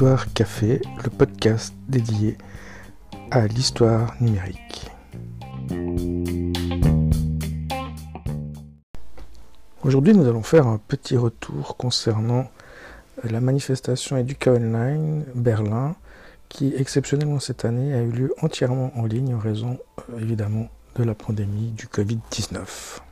Histoire Café, le podcast dédié à l'histoire numérique. Aujourd'hui, nous allons faire un petit retour concernant la manifestation Educa Online Berlin qui, exceptionnellement cette année, a eu lieu entièrement en ligne en raison, évidemment, de la pandémie du Covid-19.